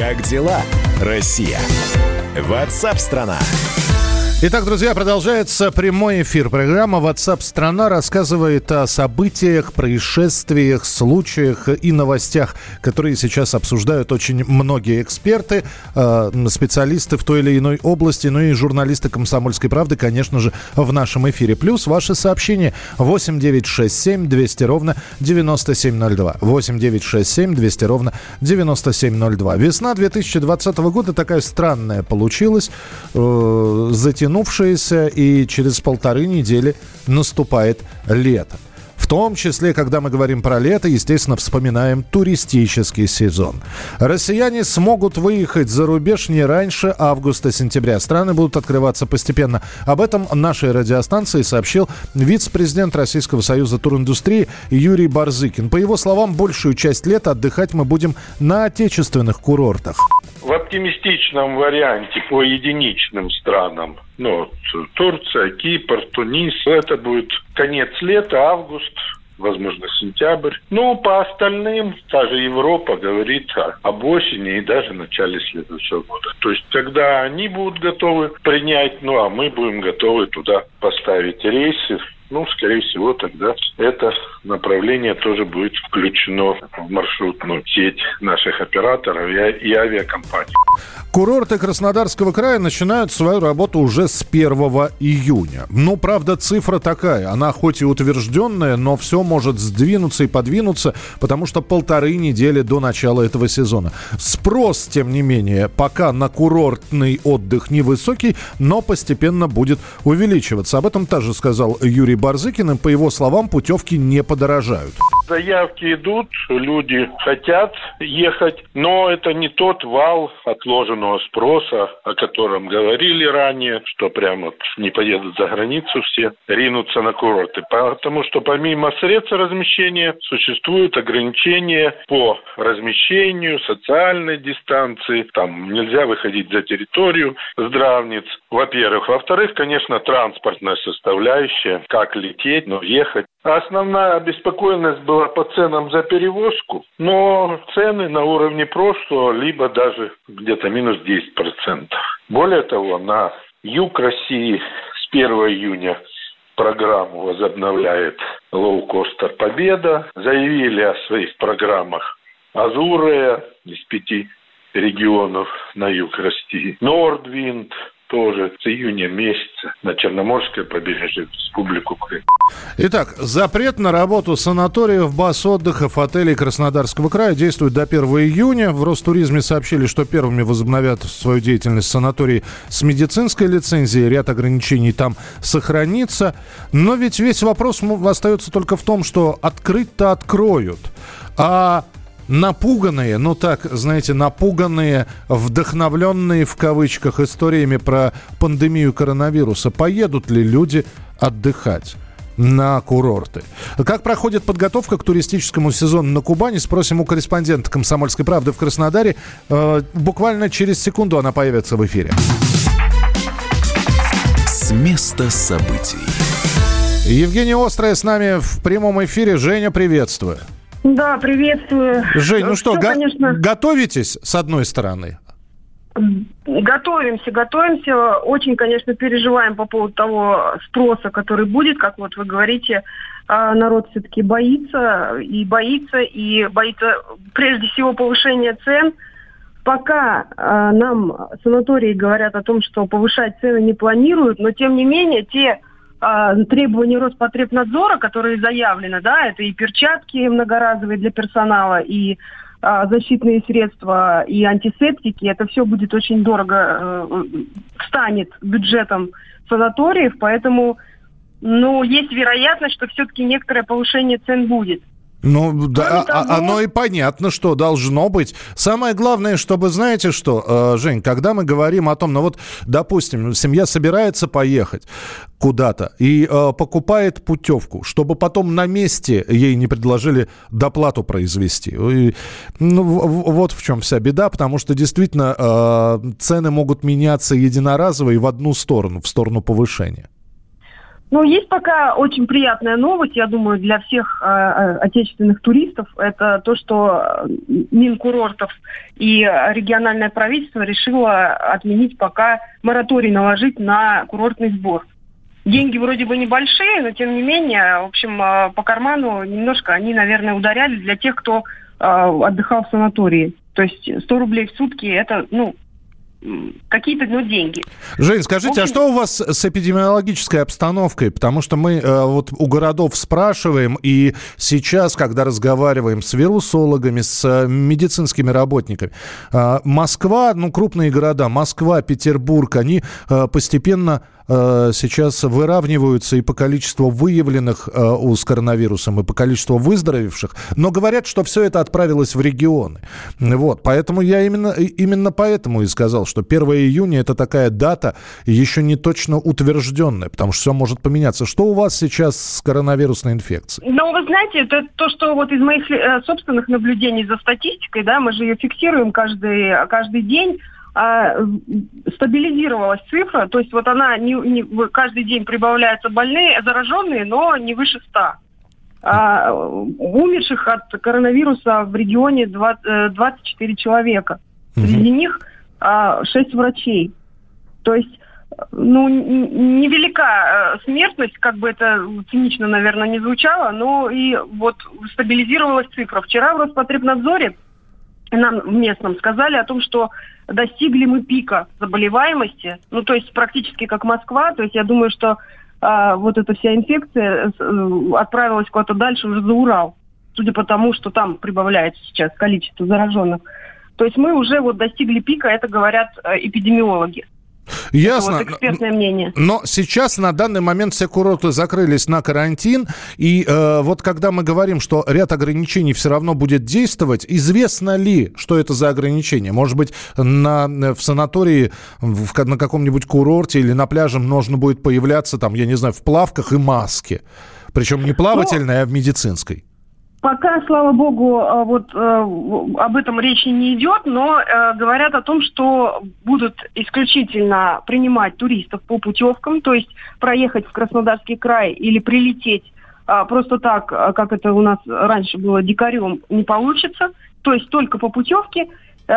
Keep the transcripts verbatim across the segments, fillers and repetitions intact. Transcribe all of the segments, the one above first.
Как дела, Россия? WhatsApp-страна. Итак, друзья, продолжается прямой эфир. Программа WhatsApp-страна рассказывает о событиях, происшествиях, случаях и новостях, которые сейчас обсуждают очень многие эксперты, специалисты в той или иной области, ну и журналисты «Комсомольской правды», конечно же, в нашем эфире. Плюс ваши сообщения восемь девятьсот шестьдесят семь двести ровно девяносто семь ноль два. восемь девятьсот шестьдесят семь двести ровно девяносто семь ноль два. Весна две тысячи двадцатого года такая странная получилась, э, затянувшаяся, и через полторы недели наступает лето. В том числе, когда мы говорим про лето, естественно, вспоминаем туристический сезон. Россияне смогут выехать за рубеж не раньше августа-сентября. Страны будут открываться постепенно. Об этом нашей радиостанции сообщил вице-президент Российского союза туриндустрии Юрий Барзыкин. По его словам, большую часть лета отдыхать мы будем на отечественных курортах. В оптимистичном варианте по единичным странам, ну, Турция, Кипр, Тунис, это будет конец лета, август, возможно, сентябрь. Ну, по остальным, та же Европа говорит об осени и даже начале следующего года. То есть, когда они будут готовы принять, ну, а мы будем готовы туда поставить рейсы, ну, скорее всего, тогда это направление тоже будет включено в маршрутную сеть наших операторов и авиакомпаний. Курорты Краснодарского края начинают свою работу уже с первого июня. Ну, правда, цифра такая. Она хоть и утвержденная, но все может сдвинуться и подвинуться, потому что полторы недели до начала этого сезона. Спрос, тем не менее, пока на курортный отдых невысокий, но постепенно будет увеличиваться. Об этом также сказал Юрий Барзыкин, и по его словам, путевки не подорожают. Заявки идут, люди хотят ехать, но это не тот вал отложенного спроса, о котором говорили ранее, что прямо не поедут за границу все, ринутся на курорты. Потому что помимо средств размещения существуют ограничения по размещению, социальной дистанции, там нельзя выходить за территорию здравниц, во-первых. Во-вторых, конечно, транспортная составляющая, как лететь, но ехать. Основная обеспокоенность была по ценам за перевозку, но цены на уровне прошлого, либо даже где-то минус десять процентов. Более того, на юг России с первого июня программу возобновляет лоукостер «Победа». Заявили о своих программах Азурея из пяти регионов на юг России, Нордвинд тоже с июня месяца на Черноморское побережье в Республику Крым. Итак, запрет на работу санаториев, баз отдыхов, отелей Краснодарского края действует до первого июня. В Ростуризме сообщили, что первыми возобновят свою деятельность санатории с медицинской лицензией. Ряд ограничений там сохранится. Но ведь весь вопрос остается только в том, что открыть-то откроют. А напуганные, ну так, знаете, напуганные, вдохновленные в кавычках историями про пандемию коронавируса, поедут ли люди отдыхать на курорты? Как проходит подготовка к туристическому сезону на Кубани, спросим у корреспондента «Комсомольской правды» в Краснодаре. Э, буквально через секунду она появится в эфире. С места событий. Евгения Острая с нами в прямом эфире. Женя, приветствую. Да, приветствую. Жень, ну что, Все, го- конечно... готовитесь с одной стороны? Готовимся, готовимся. Очень, конечно, переживаем по поводу того спроса, который будет. Как вот вы говорите, народ все-таки боится, и боится, и боится прежде всего повышения цен. Пока нам санатории говорят о том, что повышать цены не планируют, но тем не менее те требования Роспотребнадзора, которые заявлены, да, это и перчатки многоразовые для персонала, и а, защитные средства, и антисептики, это все будет очень дорого, э, встанет бюджетом санаториев, поэтому, ну, есть вероятность, что все-таки некоторое повышение цен будет. Ну, да, того... а, оно и понятно, что должно быть. Самое главное, чтобы, знаете что, э, Жень, когда мы говорим о том, ну вот, допустим, семья собирается поехать куда-то и э, покупает путевку, чтобы потом на месте ей не предложили доплату произвести. И, ну, в, вот в чем вся беда, потому что действительно э, цены могут меняться единоразово и в одну сторону, в сторону повышения. Ну, есть пока очень приятная новость, я думаю, для всех э, отечественных туристов. Это то, что Минкурортов и региональное правительство решило отменить пока мораторий наложить на курортный сбор. Деньги вроде бы небольшие, но тем не менее, в общем, э, по карману немножко они, наверное, ударяли для тех, кто э, отдыхал в санатории. То есть сто рублей в сутки – это, ну, какие-то, ну, деньги. Жень, скажите, общем... а что у вас с эпидемиологической обстановкой? Потому что мы э, вот у городов спрашиваем, и сейчас, когда разговариваем с вирусологами, с э, медицинскими работниками, э, Москва, ну, крупные города, Москва, Петербург, они э, постепенно э, сейчас выравниваются и по количеству выявленных э, у с коронавирусом, и по количеству выздоровевших, но говорят, что все это отправилось в регионы. Вот, поэтому я именно, именно поэтому и сказал, что первое июня это такая дата еще не точно утвержденная, потому что все может поменяться. Что у вас сейчас с коронавирусной инфекцией? Ну, вы знаете, это то, что вот из моих э, собственных наблюдений за статистикой, да, мы же ее фиксируем каждый, каждый день, э, стабилизировалась цифра, то есть вот она не, не, каждый день прибавляются больные, зараженные, но не выше ста. А, умерших от коронавируса в регионе двадцать, двадцать четыре человека. Среди угу. них шесть врачей. То есть, ну, невелика смертность, как бы это цинично, наверное, не звучало, но и вот стабилизировалась цифра. Вчера в Роспотребнадзоре нам в местном сказали о том, что достигли мы пика заболеваемости, ну, то есть практически как Москва, то есть я думаю, что а, вот эта вся инфекция отправилась куда-то дальше, уже за Урал, судя по тому, что там прибавляется сейчас количество зараженных. То есть мы уже вот достигли пика, это говорят эпидемиологи. Ясно. Это вот экспертное мнение. Но сейчас на данный момент все курорты закрылись на карантин. И э, вот когда мы говорим, что ряд ограничений все равно будет действовать, известно ли, что это за ограничения? Может быть, на, в санатории, в, на каком-нибудь курорте или на пляже нужно будет появляться, там, я не знаю, в плавках и маске. Причем не плавательной, ну, а в медицинской. Пока, слава богу, вот э, об этом речи не идет, но э, говорят о том, что будут исключительно принимать туристов по путевкам, то есть проехать в Краснодарский край или прилететь э, просто так, как это у нас раньше было, дикарем, не получится, то есть только по путевке. Э,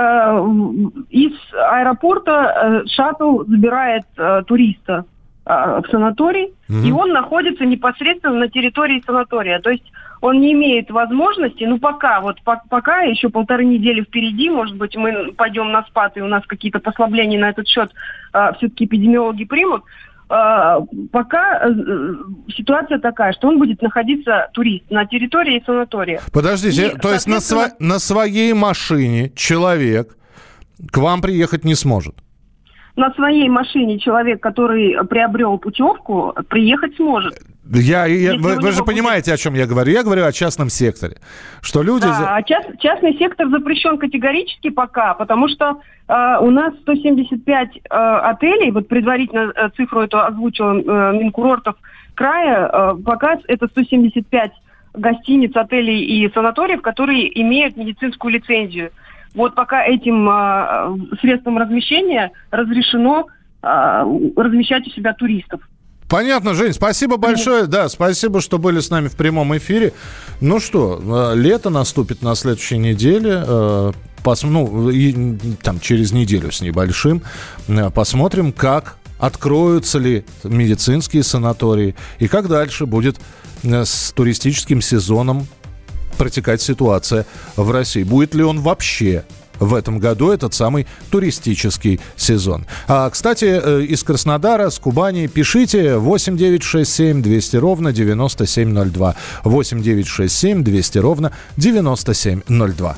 из аэропорта э, шаттл забирает э, туриста э, в санаторий, mm-hmm. и он находится непосредственно на территории санатория, то есть он не имеет возможности, ну пока, вот по- пока еще полторы недели впереди, может быть, мы пойдем на спад, и у нас какие-то послабления на этот счет э, все-таки эпидемиологи примут, э, пока э, ситуация такая, что он будет находиться, турист, на территории санатория. Подождите, и, то есть на, сво- на своей машине человек к вам приехать не сможет? На своей машине человек, который приобрел путевку, приехать сможет. Я, я, вы вы же понимаете, будет... о чем я говорю. Я говорю о частном секторе. Что люди... Да, а част, частный сектор запрещен категорически пока, потому что э, у нас сто семьдесят пять э, отелей, вот предварительно э, цифру эту озвучил э, Минкурортов края, э, пока это сто семьдесят пять гостиниц, отелей и санаториев, которые имеют медицинскую лицензию. Вот пока этим э, средством размещения разрешено э, размещать у себя туристов. Понятно, Жень, спасибо большое. Да, спасибо, что были с нами в прямом эфире. Ну что, лето наступит на следующей неделе. Пос, ну, и, там, через неделю с небольшим. Посмотрим, как откроются ли медицинские санатории и как дальше будет с туристическим сезоном протекать ситуация в России. Будет ли он вообще в этом году этот самый туристический сезон? А, кстати, из Краснодара, с Кубани пишите восемь девятьсот шестьдесят семь двести ровно девяносто семь ноль два. восемь девятьсот шестьдесят семь двести ровно девяносто семь ноль два.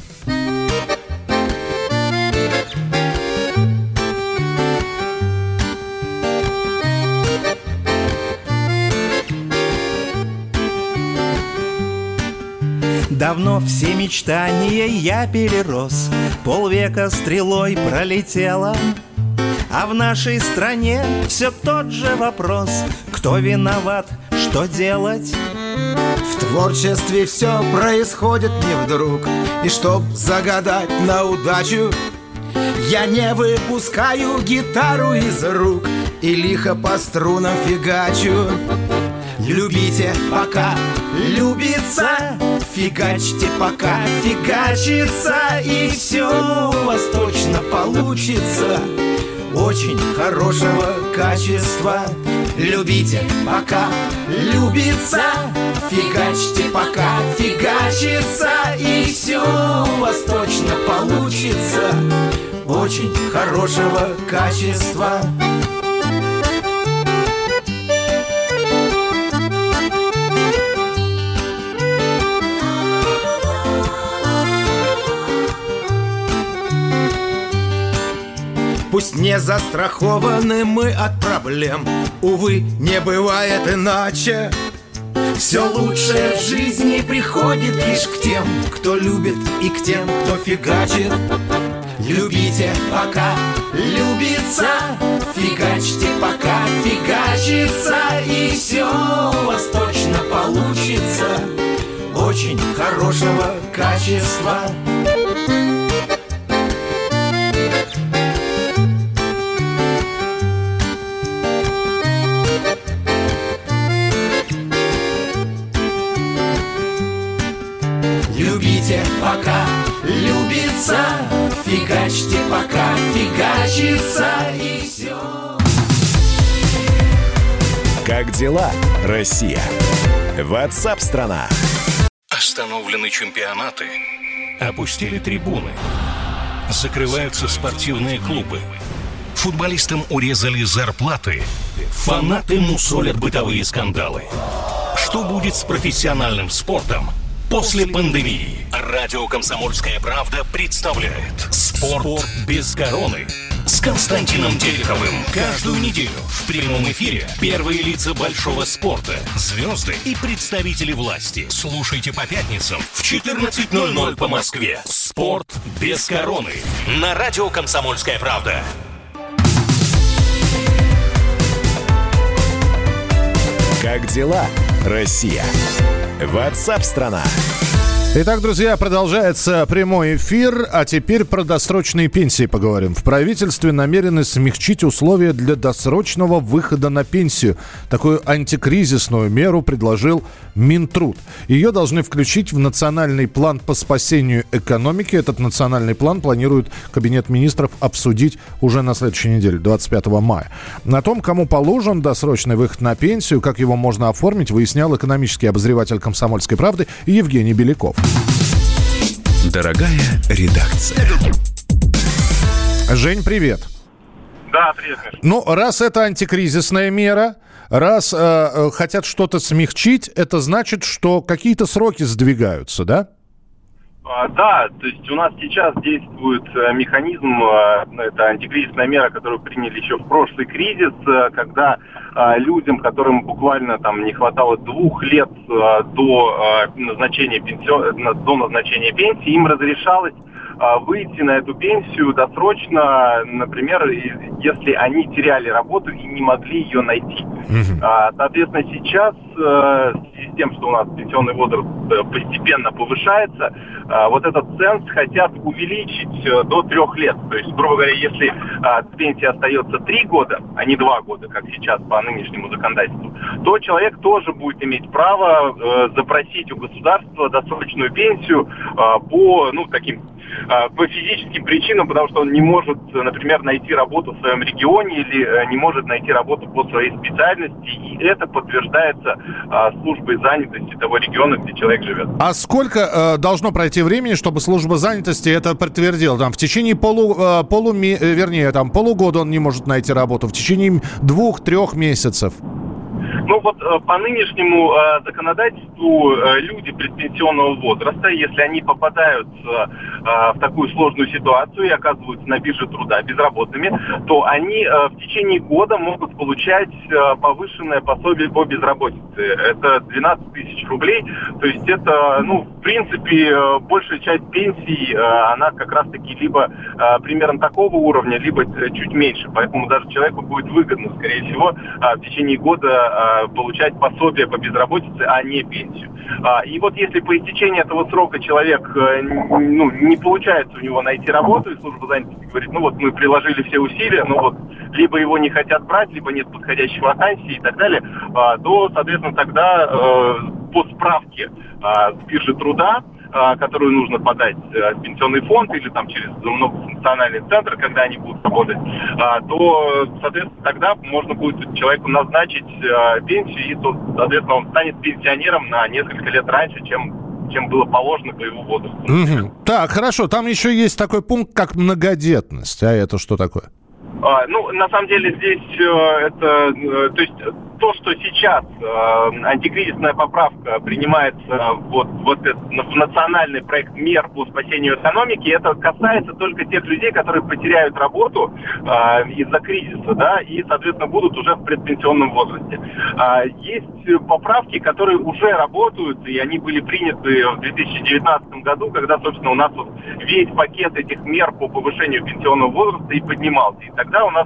Давно все мечтания я перерос, полвека стрелой пролетело, а в нашей стране все тот же вопрос: кто виноват, что делать? В творчестве все происходит не вдруг, и чтоб загадать на удачу, я не выпускаю гитару из рук и лихо по струнам фигачу. Любите, пока любится, фигачьте, пока фигачится, и все у вас точно получится. Очень хорошего качества. Любите, пока любится, фигачьте, пока фигачится, и все у вас точно получится. Очень хорошего качества. Пусть не застрахованы мы от проблем, увы, не бывает иначе. Все лучшее в жизни приходит лишь к тем, кто любит, и к тем, кто фигачит. Любите, пока любится, фигачьте, пока фигачится, и все у вас точно получится. Очень хорошего качества. Любите, пока любится, фигачьте, пока фигачится, и все. Как дела, Россия? WhatsApp-страна. Остановлены чемпионаты. Опустили трибуны. Закрываются спортивные клубы. Футболистам урезали зарплаты. Фанаты мусолят бытовые скандалы. Что будет с профессиональным спортом после пандемии? Радио «Комсомольская правда» представляет «Спорт без короны» с Константином Тереховым. Каждую неделю в прямом эфире первые лица большого спорта, звезды и представители власти. Слушайте по пятницам в четырнадцать ноль ноль по Москве. «Спорт без короны» на радио «Комсомольская правда». Как дела, Россия? WhatsApp-страна. Итак, друзья, продолжается прямой эфир, а теперь про досрочные пенсии поговорим. В правительстве намерены смягчить условия для досрочного выхода на пенсию. Такую антикризисную меру предложил Минтруд. Ее должны включить в национальный план по спасению экономики. Этот национальный план планирует Кабинет министров обсудить уже на следующей неделе, двадцать пятого мая. На том, кому положен досрочный выход на пенсию, как его можно оформить, выяснял экономический обозреватель «Комсомольской правды» Евгений Беляков. Дорогая редакция. Жень, привет. Да, привет, Миша. Ну, раз это антикризисная мера, раз э, хотят что-то смягчить, это значит, что какие-то сроки сдвигаются, да? А, да, то есть у нас сейчас действует э, механизм, э, это антикризисная мера, которую приняли еще в прошлый кризис, э, когда э, людям, которым буквально там не хватало двух лет э, до, э, назначения пенсио... до назначения пенсии, им разрешалось э, выйти на эту пенсию досрочно, например, если они теряли работу и не могли ее найти. Mm-hmm. А, соответственно, сейчас э, в связи с тем, что у нас пенсионный возраст постепенно повышается, а, вот этот ценз хотят увеличить э, до трех лет. То есть, грубо говоря, если а, пенсия остается три года, а не два года, как сейчас по нынешнему законодательству, то человек тоже будет иметь право э, запросить у государства досрочную пенсию э, по, ну, таким по физическим причинам, потому что он не может, например, найти работу в своем регионе или не может найти работу по своей специальности, и это подтверждается а, службой занятости того региона, где человек живет. А сколько э, должно пройти времени, чтобы служба занятости это подтвердила? Там в течение полу, э, полу, вернее, там полугода он не может найти работу, в течение двух-трех месяцев. Ну вот по нынешнему э, законодательству э, люди предпенсионного возраста, если они попадают э, в такую сложную ситуацию и оказываются на бирже труда безработными, то они э, в течение года могут получать э, повышенное пособие по безработице. Это двенадцать тысяч рублей, то есть это, ну, в принципе, большая часть пенсий, она как раз-таки либо примерно такого уровня, либо чуть меньше. Поэтому даже человеку будет выгодно, скорее всего, в течение года получать пособие по безработице, а не пенсию. И вот если по истечении этого срока человек, ну, не получается у него найти работу, и служба занятости говорит, ну вот мы приложили все усилия, но вот либо его не хотят брать, либо нет подходящей вакансии и так далее, то, соответственно, тогда по справке с биржи труда, которую нужно подать в пенсионный фонд или там через многофункциональный центр, когда они будут работать, то, соответственно, тогда можно будет человеку назначить пенсию, и, то, соответственно, он станет пенсионером на несколько лет раньше, чем, чем было положено по его возрасту. Угу. Так, хорошо. Там еще есть такой пункт, как многодетность. А это что такое? А, ну, на самом деле здесь э, это, э, то есть то, что сейчас э, антикризисная поправка принимается вот, вот это, в национальный проект мер по спасению экономики, это касается только тех людей, которые потеряют работу э, из-за кризиса, да, и, соответственно, будут уже в предпенсионном возрасте. А, есть поправки, которые уже работают, и они были приняты в две тысячи девятнадцатом году, когда, собственно, у нас вот весь пакет этих мер по повышению пенсионного возраста и поднимался. И тогда у нас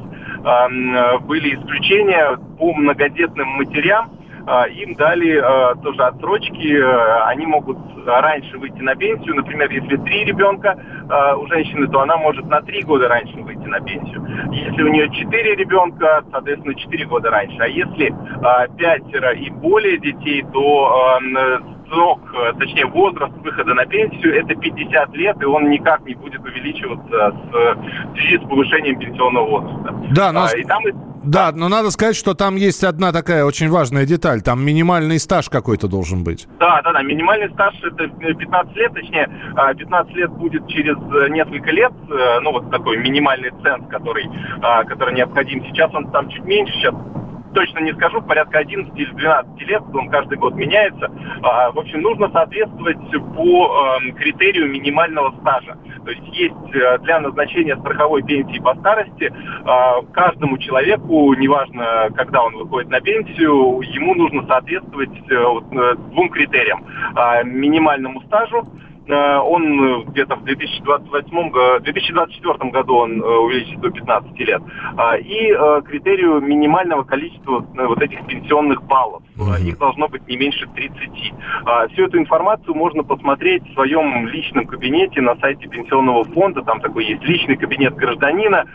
э, были исключения по многодетным матерям, э, им дали э, тоже отсрочки, э, они могут раньше выйти на пенсию, например, если три ребенка э, у женщины, то она может на три года раньше выйти на пенсию. Если у нее четыре ребенка, соответственно, четыре года раньше, а если э, пятеро и более детей, то э, срок, точнее возраст выхода на пенсию это пятьдесят лет, и он никак не будет увеличиваться с, в связи с повышением пенсионного возраста. Да, но... а, и там... Да, но надо сказать, что там есть одна такая очень важная деталь. Там минимальный стаж какой-то должен быть. Да, да, да. Минимальный стаж это пятнадцать лет, точнее, пятнадцать лет будет через несколько лет. Ну, вот такой минимальный ценз, который, который необходим. Сейчас он там чуть меньше, сейчас точно не скажу, порядка одиннадцать или двенадцать лет, он каждый год меняется. А, в общем, нужно соответствовать по э, критерию минимального стажа. То есть есть э, для назначения страховой пенсии по старости э, каждому человеку, неважно, когда он выходит на пенсию, ему нужно соответствовать э, двум критериям. Э, минимальному стажу. Он где-то в две тысячи двадцать восьмом, две тысячи двадцать четвёртом году он увеличится до пятнадцати лет. И критерию минимального количества вот этих пенсионных баллов. Их должно быть не меньше тридцати. Всю эту информацию можно посмотреть в своем личном кабинете на сайте пенсионного фонда. Там такой есть личный кабинет гражданина.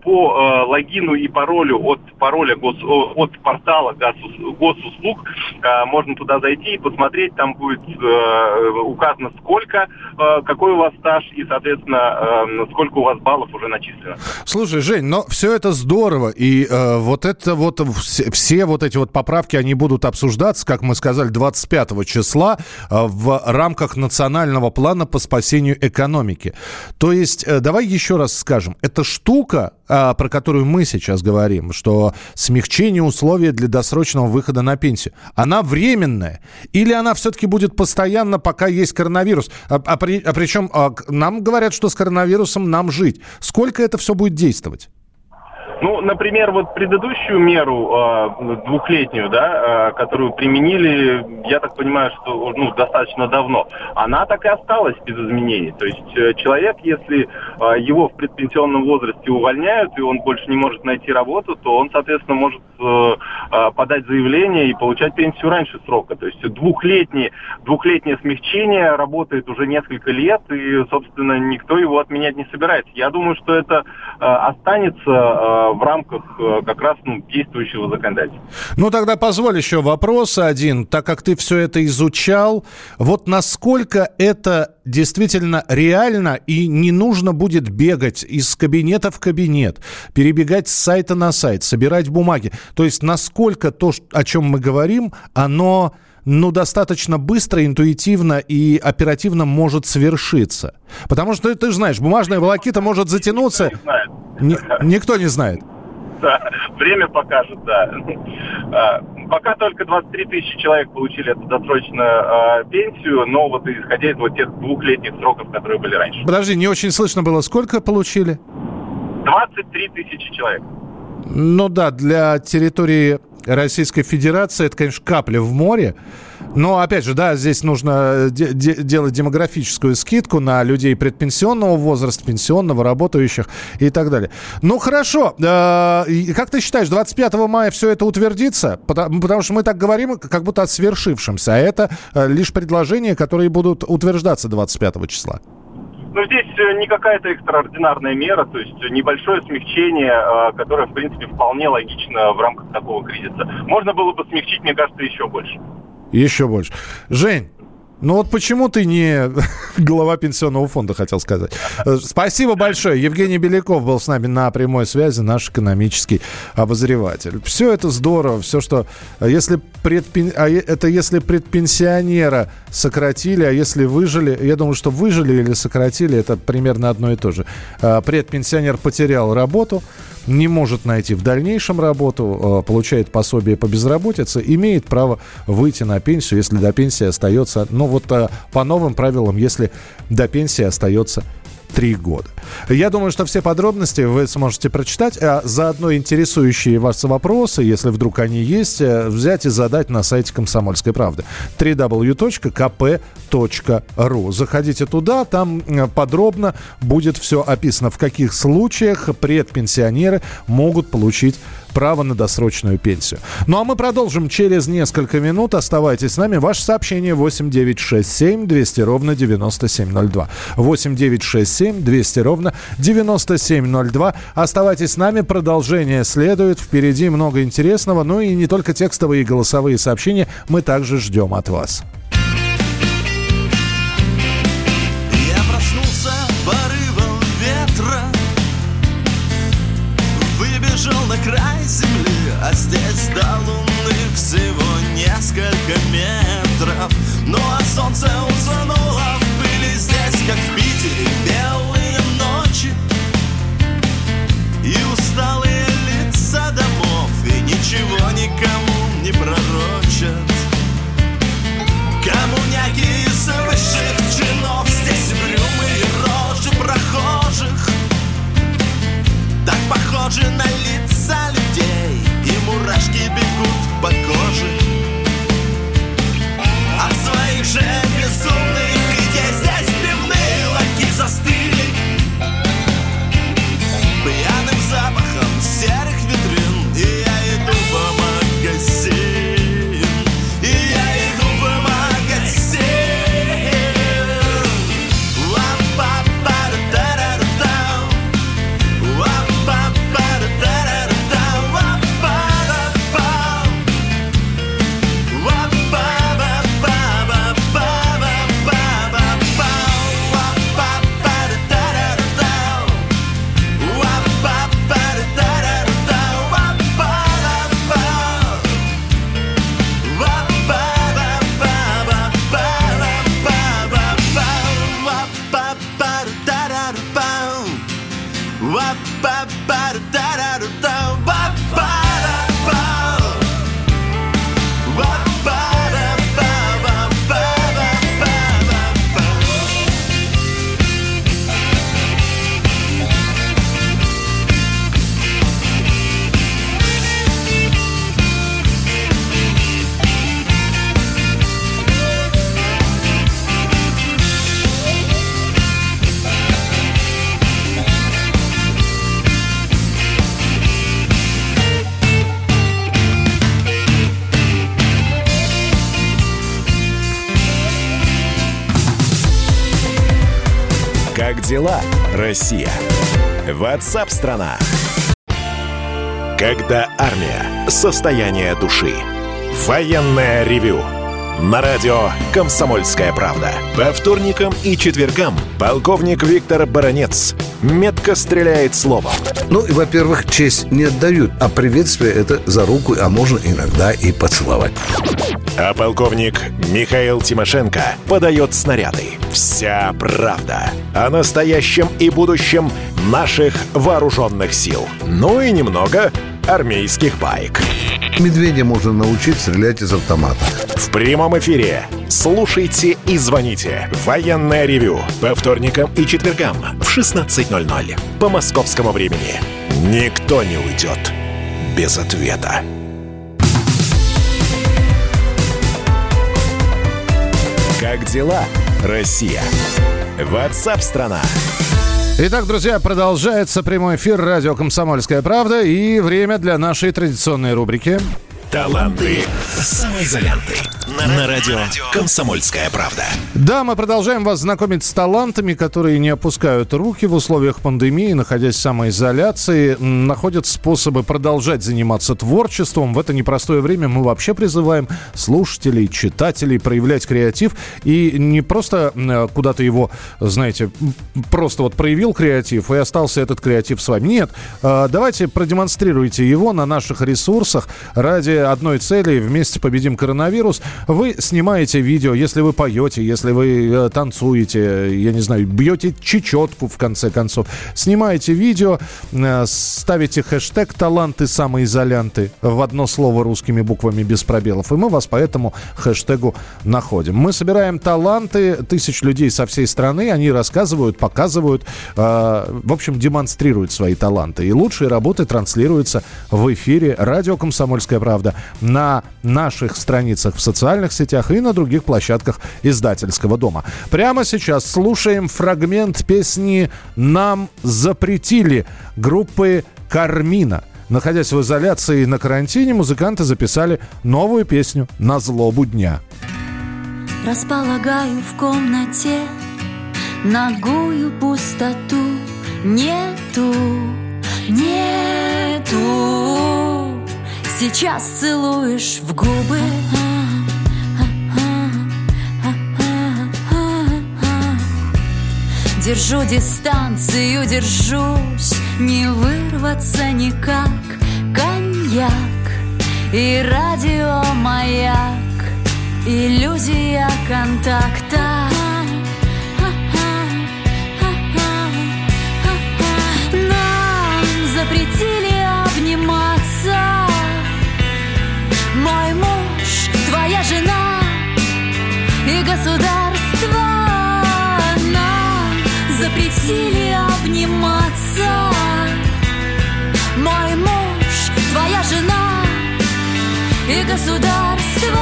По логину и паролю от пароля гос, от портала госус, госуслуг можно туда зайти и посмотреть. Там будет указано, сколько, какой у вас стаж и, соответственно, сколько у вас баллов уже начислено. Слушай, Жень, но все это здорово, и э, вот это вот все, все вот эти вот поправки, они будут обсуждаться, как мы сказали, двадцать пятого числа э, в рамках национального плана по спасению экономики. То есть, э, давай еще раз скажем, эта штука, э, про которую мы сейчас говорим, что смягчение условий для досрочного выхода на пенсию, она временная или она все-таки будет постоянно, пока есть коронавирус? А, а, при, а причем а, нам говорят, что с коронавирусом нам жить. Сколько это все будет действовать? Ну, например, вот предыдущую меру э, двухлетнюю, да, э, которую применили, я так понимаю, что ну, достаточно давно, она так и осталась без изменений. То есть э, человек, если э, его в предпенсионном возрасте увольняют, и он больше не может найти работу, то он, соответственно, может э, э, подать заявление и получать пенсию раньше срока. То есть двухлетнее, двухлетнее смягчение работает уже несколько лет, и, собственно, никто его отменять не собирается. Я думаю, что это э, останется э, в рамках как раз ну, действующего законодательства. Ну, тогда позволь еще вопрос один. Так как ты все это изучал, вот насколько это действительно реально и не нужно будет бегать из кабинета в кабинет, перебегать с сайта на сайт, собирать бумаги. То есть насколько то, о чем мы говорим, оно... ну, достаточно быстро, интуитивно и оперативно может свершиться. Потому что, ты, ты же знаешь, бумажная волокита может затянуться. Никто не знает. Ни, никто не знает. Да, время покажет, да. А, пока только двадцать три тысячи человек получили эту досрочную а, пенсию, но вот исходя из вот тех двухлетних сроков, которые были раньше. Подожди, не очень слышно было. Сколько получили? двадцать три тысячи человек. Ну да, для территории Российской Федерации, это, конечно, капля в море. Но, опять же, да, здесь нужно де- де- делать демографическую скидку на людей предпенсионного возраста, пенсионного, работающих и так далее. Ну, хорошо. Э- как ты считаешь, двадцать пятого мая все это утвердится? Потому, потому что мы так говорим, как будто о свершившемся. А это э, лишь предложения, которые будут утверждаться двадцать пятого числа. Ну, здесь не какая-то экстраординарная мера, то есть небольшое смягчение, которое, в принципе, вполне логично в рамках такого кризиса. Можно было бы смягчить, мне кажется, еще больше. Еще больше. Жень, ну вот почему ты не глава пенсионного фонда, хотел сказать. Спасибо большое. Евгений Беляков был с нами на прямой связи, наш экономический обозреватель. Все это здорово, все, что... Если предпен... а это если предпенсионера сократили, а если выжили... Я думаю, что выжили или сократили, это примерно одно и то же. Предпенсионер потерял работу, не может найти в дальнейшем работу, получает пособие по безработице, имеет право выйти на пенсию, если до пенсии остается, ну вот по новым правилам, если до пенсии остается три года. Я думаю, что все подробности вы сможете прочитать, а заодно интересующие вас вопросы, если вдруг они есть, взять и задать на сайте «Комсомольской правды» дабл ю дабл ю дабл ю точка ка пэ точка ру. Заходите туда, там подробно будет все описано, в каких случаях предпенсионеры могут получить право на досрочную пенсию. Ну а мы продолжим через несколько минут. Оставайтесь с нами. Ваше сообщение восемь девятьсот шестьдесят семь двести ровно девяносто семь ноль два. восемь девятьсот шестьдесят семь двести ровно девяносто семь ноль два. Оставайтесь с нами. Продолжение следует. Впереди много интересного. Ну и не только текстовые и голосовые сообщения мы также ждем от вас. Я проснулся порывом ветра, выбежал на край земли, а здесь до луны всего несколько метров. Ну а солнце утонуло в пыли, здесь, как в Питере, белые ночи и усталые лица домов, и ничего никому не пророчат. Коммуняки из высших чинов, здесь угрюмые рожи прохожих так похожи на лица людей, и мурашки бегут по коже. От своих же безумных идей здесь пивные лаки застыли пьяным запахом серых витрин. И я иду по магазин, и я иду по магазин. Как дела, Россия? WhatsApp-страна. Когда армия. Состояние души. Военное ревю. На радио «Комсомольская правда». По вторникам и четвергам полковник Виктор Баранец метко стреляет словом. Ну, и, во-первых, честь не отдают, а приветствие — это за руку, а можно иногда и поцеловать. А полковник Михаил Тимошенко подает снаряды. Вся правда о настоящем и будущем наших вооруженных сил. Ну и немного армейских баек. Медведя можно научить стрелять из автомата. В прямом эфире слушайте и звоните. Военное ревю по вторникам и четвергам в шестнадцать ноль ноль по московскому времени. Никто не уйдет без ответа. Как дела, Россия? WhatsApp-страна. Итак, друзья, продолжается прямой эфир радио «Комсомольская правда» и время для нашей традиционной рубрики «Таланты самоизоленты» на радио «Комсомольская правда». Да, мы продолжаем вас знакомить с талантами, которые не опускают руки в условиях пандемии, находясь в самоизоляции, находят способы продолжать заниматься творчеством. В это непростое время мы вообще призываем слушателей, читателей проявлять креатив и не просто куда-то его, знаете, просто вот проявил креатив и остался этот креатив с вами. Нет, давайте продемонстрируйте его на наших ресурсах ради одной цели: вместе победим коронавирус. Вы снимаете видео, если вы поете, если вы э, танцуете, я не знаю, бьете чечетку в конце концов. Снимаете видео, э, ставите хэштег «Таланты самоизолянты» в одно слово русскими буквами без пробелов, и мы вас по этому хэштегу находим. Мы собираем таланты тысяч людей со всей страны, они рассказывают, показывают, э, в общем, демонстрируют свои таланты. И лучшие работы транслируются в эфире радио «Комсомольская правда» на наших страницах в социальных сетях и на других площадках издательского дома. Прямо сейчас слушаем фрагмент песни «Нам запретили» группы «Кармина». Находясь в изоляции на карантине, музыканты записали новую песню «На злобу дня». Располагаю в комнате нагую пустоту. Нету, нету. Сейчас целуешь в губы. Держу дистанцию, держусь, не вырваться никак. Коньяк и радиомаяк, иллюзия контакта. Нам запретили обниматься. Мой муж, твоя жена и государство. Нам запретили обниматься. Мой муж, твоя жена и государство.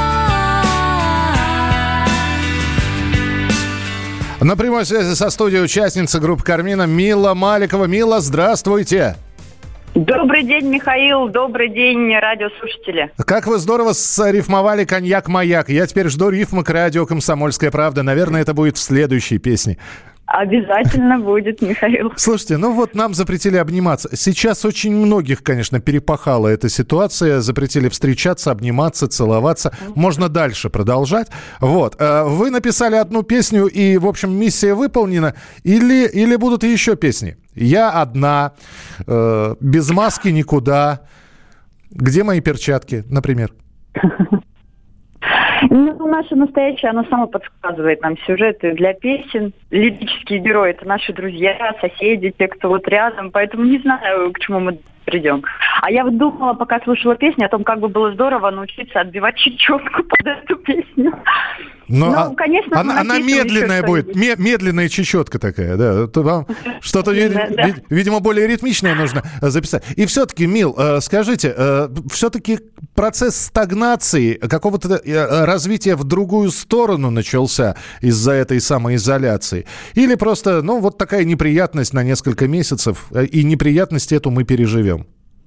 На прямой связи со студией участница группы «Кармина» Мила Маликова. Мила, здравствуйте. Добрый день, Михаил. Добрый день, радиослушатели. Как вы здорово срифмовали «Коньяк-маяк». Я теперь жду рифма к радио «Комсомольская правда». Наверное, это будет в следующей песне. Обязательно будет, Михаил. Слушайте, ну вот нам запретили обниматься. Сейчас очень многих, конечно, перепахала эта ситуация. Запретили встречаться, обниматься, целоваться. Можно дальше продолжать. Вот. Вы написали одну песню, и, в общем, миссия выполнена. Или, или будут еще песни? «Я одна», э, «Без маски никуда», «Где мои перчатки», например? Ну, наше настоящее, оно само подсказывает нам сюжеты для песен. Лирические герои — это наши друзья, соседи, те, кто вот рядом. Поэтому не знаю, к чему мы придем. А я вот думала, пока слушала песню, о том, как бы было здорово научиться отбивать чечетку под эту песню. Но, ну, а, конечно, она, она медленная будет, ме- медленная чечетка такая, да. Вам что-то, да, да. видимо, более ритмичное нужно записать. И все-таки, Мил, скажите, все-таки процесс стагнации, какого-то развития в другую сторону начался из-за этой самоизоляции? Или просто, ну, вот такая неприятность на несколько месяцев, и неприятность эту мы переживем?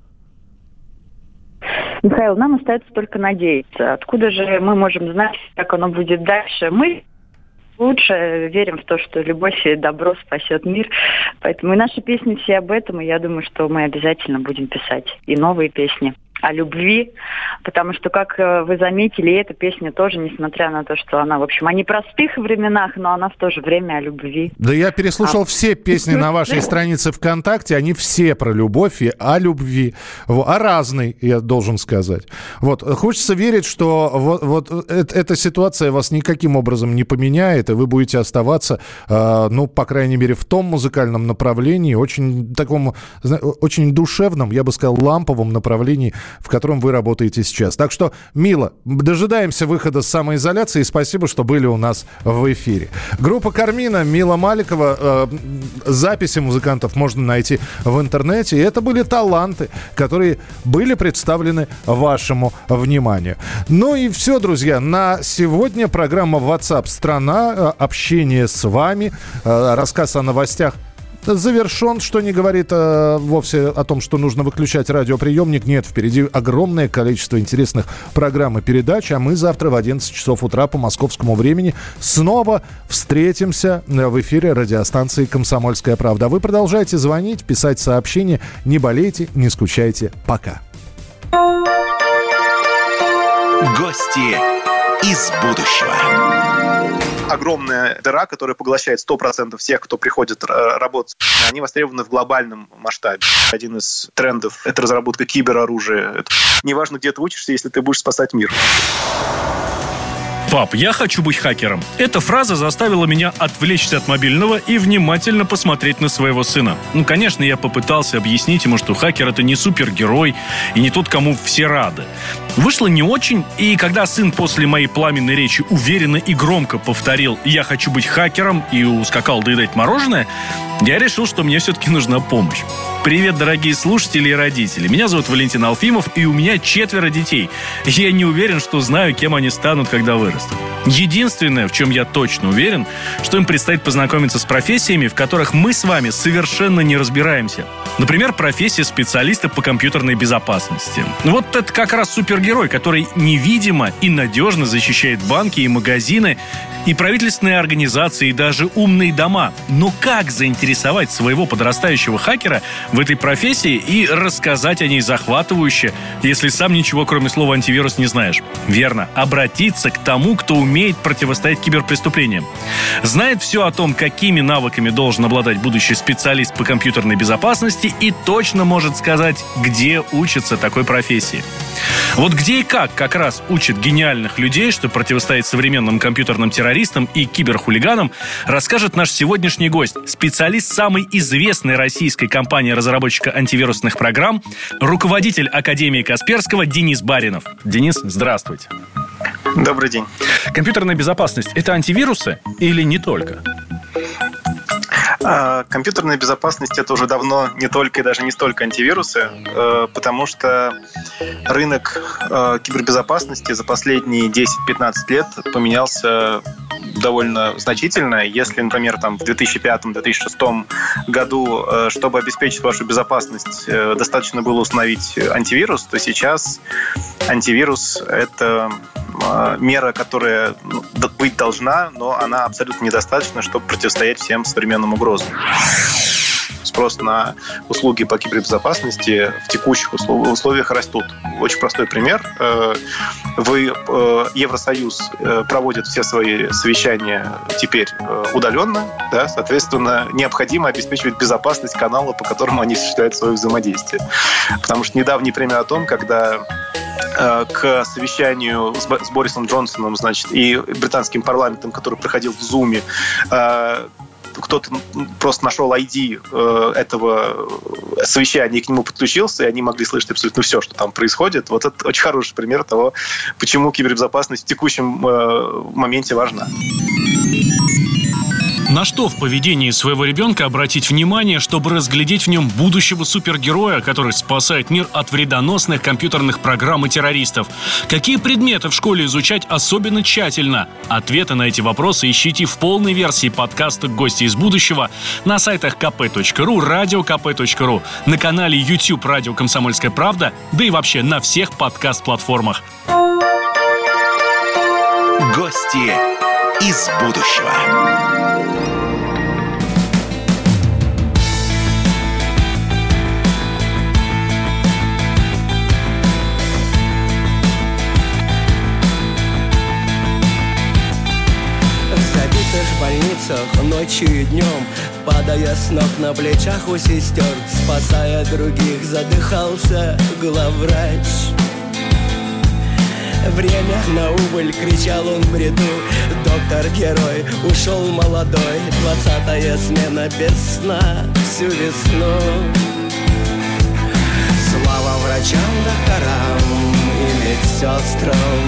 Михаил, нам остается только надеяться. Откуда же мы можем знать, как оно будет дальше? Мы лучше верим в то, что любовь и добро спасет мир. Поэтому и наши песни все об этом, и я думаю, что мы обязательно будем писать и новые песни о любви, потому что, как вы заметили, эта песня тоже, несмотря на то, что она, в общем, о непростых временах, но она в то же время о любви. Да я переслушал а... все песни на вашей странице ВКонтакте, они все про любовь и о любви, о разной, я должен сказать. Вот, хочется верить, что вот, вот эта ситуация вас никаким образом не поменяет, и вы будете оставаться, э, ну, по крайней мере, в том музыкальном направлении, очень таком, очень душевном, я бы сказал, ламповом направлении, в котором вы работаете сейчас. Так что, Мила, дожидаемся выхода с самоизоляции, и спасибо, что были у нас в эфире. Группа «Кармина», Мила Маликова. Э, записи музыкантов можно найти в интернете. И это были таланты, которые были представлены вашему вниманию. Ну и все, друзья. На сегодня программа WhatsApp страна. Общение с вами. Э, рассказ о новостях завершен, что не говорит э, вовсе о том, что нужно выключать радиоприемник. Нет, впереди огромное количество интересных программ и передач, а мы завтра в одиннадцать часов утра по московскому времени снова встретимся в эфире радиостанции «Комсомольская правда». А вы продолжайте звонить, писать сообщения. Не болейте, не скучайте. Пока. Гости из будущего. Огромная дыра, которая поглощает сто процентов всех, кто приходит работать. Они востребованы в глобальном масштабе. Один из трендов – это разработка кибероружия. Неважно, где ты учишься, если ты будешь спасать мир. «Пап, я хочу быть хакером». Эта фраза заставила меня отвлечься от мобильного и внимательно посмотреть на своего сына. Ну, конечно, я попытался объяснить ему, что хакер — это не супергерой и не тот, кому все рады. Вышло не очень, и когда сын после моей пламенной речи уверенно и громко повторил «я хочу быть хакером» и ускакал доедать мороженое, я решил, что мне все-таки нужна помощь. Привет, дорогие слушатели и родители. Меня зовут Валентин Алфимов, и у меня четверо детей. Я не уверен, что знаю, кем они станут, когда вырастут. Единственное, в чем я точно уверен, что им предстоит познакомиться с профессиями, в которых мы с вами совершенно не разбираемся. Например, профессия специалиста по компьютерной безопасности. Вот это как раз супергерой, который невидимо и надежно защищает банки и магазины, и правительственные организации, и даже умные дома. Но как заинтересовать своего подрастающего хакера в этой профессии и рассказать о ней захватывающе, если сам ничего, кроме слова «антивирус», не знаешь? Верно, обратиться к тому, кто умеет противостоять киберпреступлениям. Знает все о том, какими навыками должен обладать будущий специалист по компьютерной безопасности, и точно может сказать, где учится такой профессии. Вот где и как как раз учат гениальных людей, что противостоять современным компьютерным террористам и киберхулиганам, расскажет наш сегодняшний гость, специалист самой известной российской компании-разработчика антивирусных программ, руководитель Академии Касперского Денис Баринов. Денис, здравствуйте. Добрый день. Компьютерная безопасность – это антивирусы или не только? Компьютерная безопасность – это уже давно не только и даже не столько антивирусы, потому что рынок кибербезопасности за последние десять-пятнадцать лет поменялся довольно значительно. Если, например, там, в две тысячи пятом - две тысячи шестом году, чтобы обеспечить вашу безопасность, достаточно было установить антивирус, то сейчас антивирус – это мера, которая быть должна, но она абсолютно недостаточна, чтобы противостоять всем современным угрозам. Спрос на услуги по кибербезопасности в текущих условиях растут. Очень простой пример. Вы, Евросоюз проводит все свои совещания теперь удаленно, да, соответственно, необходимо обеспечивать безопасность канала, по которому они осуществляют свое взаимодействие. Потому что недавний пример о том, когда к совещанию с Борисом Джонсоном, значит, и британским парламентом, который проходил в Зуме, кто-то просто нашел ай ди этого совещания и к нему подключился, и они могли слышать абсолютно все, что там происходит. Вот это очень хороший пример того, почему кибербезопасность в текущем моменте важна. На что в поведении своего ребенка обратить внимание, чтобы разглядеть в нем будущего супергероя, который спасает мир от вредоносных компьютерных программ и террористов? Какие предметы в школе изучать особенно тщательно? Ответы на эти вопросы ищите в полной версии подкаста «Гости из будущего» на сайтах ка пэ точка ру, радио ка пэ точка ру, на канале YouTube «Радио Комсомольская правда», да и вообще на всех подкаст-платформах. Гости из будущего. В больницах ночью и днем, падая с ног на плечах у сестер, спасая других, задыхался главврач. Время на убыль, кричал он в бреду. Доктор-герой ушел молодой. Двадцатая смена без сна всю весну. Слава врачам, докторам и медсестрам,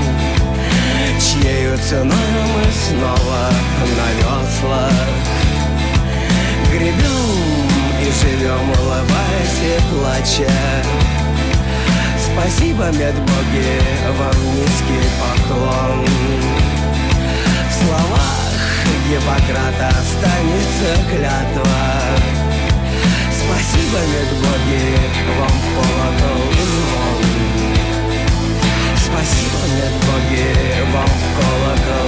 чьею ценой мы снова на веслах гребем и живем, улыбаясь и плача. Спасибо, медбоги, вам низкий поклон. В словах Гиппократа останется клятва. Спасибо, медбоги, вам в колокол звон. Спасибо, медбоги, вам в колокол.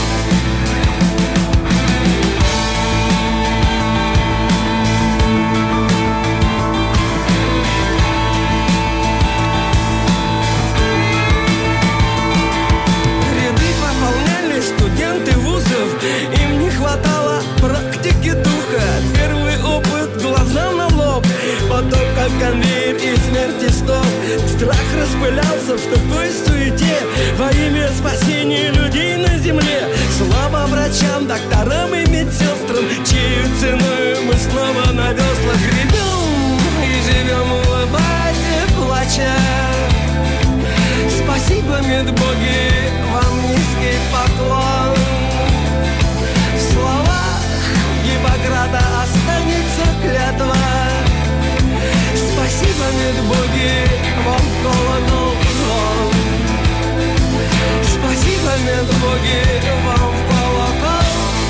Ряды пополняли студенты вузов, им не хватало практики духа. Первый опыт глазам на лоб, потом как конвейер и смерти стоп. Страх распылялся в такой суете во имя спасения людей на земле. Слава врачам, докторам и медсестрам, чьей ценой мы снова на веслах гребем и живем, улыбаясь и плача. Спасибо, медбоги, вам низкий поклон. В словах Гиппократа останется клятва. Спасибо, медбоги, вам в колокол звон. Спасибо, медбоги, вам в колокол.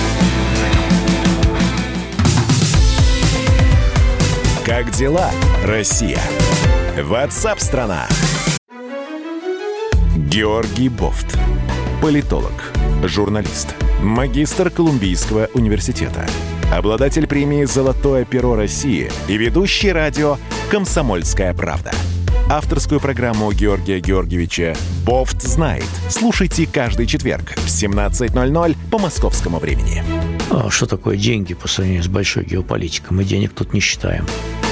Как дела, Россия? WhatsApp-страна. Георгий Бофт. Политолог, журналист, магистр Колумбийского университета, обладатель премии «Золотое перо России» и ведущий радио «Комсомольская правда». Авторскую программу Георгия Георгиевича «Бофт знает». Слушайте каждый четверг в семнадцать ноль ноль по московскому времени. Что такое деньги по сравнению с большой геополитикой? Мы денег тут не считаем.